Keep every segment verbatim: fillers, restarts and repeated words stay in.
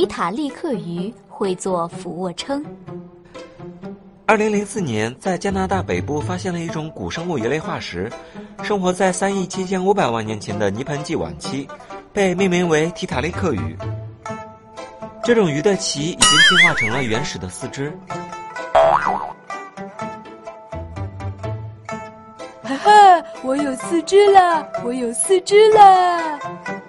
塔利克鱼会做俯卧撑。 二零零四年，在加拿大北部发现了一种古生物鱼类化石，生活在三亿七千五百万年前的泥盆纪晚期，被命名为提塔利克鱼。这种鱼的鳍已经进化成了原始的四肢。 哈哈，我有四肢了，我有四肢了。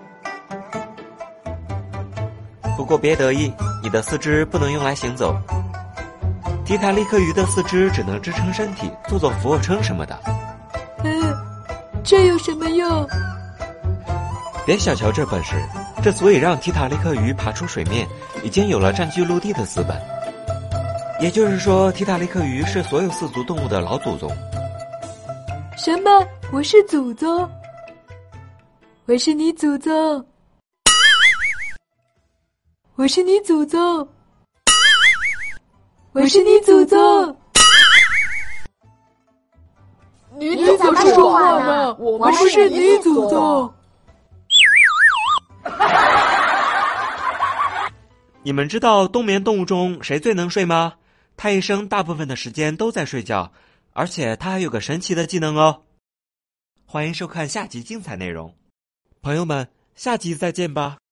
不过别得意，你的四肢不能用来行走。提塔利克鱼的四肢只能支撑身体，做做俯卧撑什么的。 嗯，这有什么用？ 别小瞧这本事，这足以让提塔利克鱼爬出水面，已经有了占据陆地的资本。也就是说，提塔利克鱼是所有四足动物的老祖宗。 什么？我是祖宗？我是你祖宗？我是你祖宗？我是你祖宗？ 你怎么说话呢？我们是你祖宗。 你们知道冬眠动物中谁最能睡吗？它一生大部分的时间都在睡觉，而且它还有个神奇的技能哦。欢迎收看下集精彩内容，朋友们，下集再见吧。